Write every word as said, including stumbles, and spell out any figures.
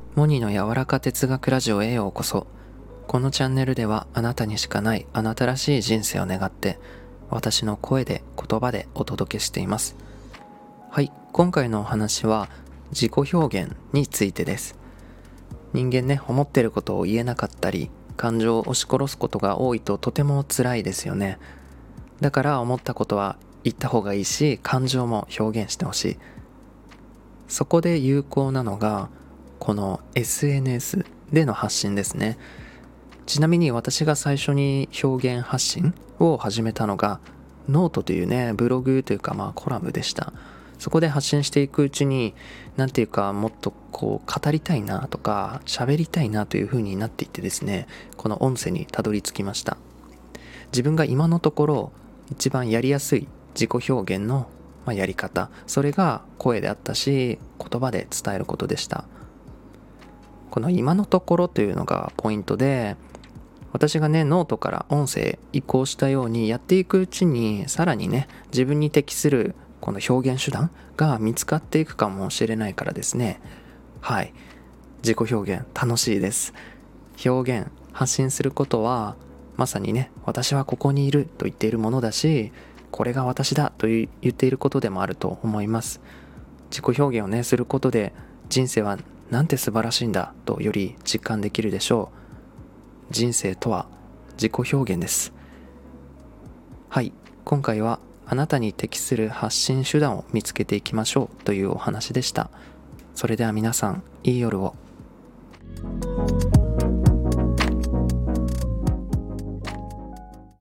モニの柔らか哲学ラジオへようこそ。このチャンネルではあなたにしかないあなたらしい人生を願って私の声で言葉でお届けしています。はい、今回のお話は自己表現についてです。人間ね、思ってることを言えなかったり感情を押し殺すことが多いととても辛いですよね。だから思ったことは言った方がいいし、感情も表現してほしい。そこで有効なのがこの エスエヌエス での発信ですね。ちなみに私が最初に表現発信を始めたのがノートというね、ブログというかまあコラムでした。そこで発信していくうちに、なんていうかもっとこう語りたいなとか喋りたいなという風になっていってですね、この音声にたどり着きました。自分が今のところ一番やりやすい自己表現のまあやり方、それが声であったし言葉で伝えることでした。この今のところというのがポイントで、私がねノートから音声移行したようにやっていくうちに、さらにね自分に適するこの表現手段が見つかっていくかもしれないからですね。はい、自己表現楽しいです。表現発信することはまさにね、私はここにいると言っているものだし、これが私だと言っていることでもあると思います。自己表現をねすることで、人生はなんて素晴らしいんだとより実感できるでしょう。人生とは自己表現です。はい、今回はあなたに適する発信手段を見つけていきましょうというお話でした。それでは皆さん、いい夜を。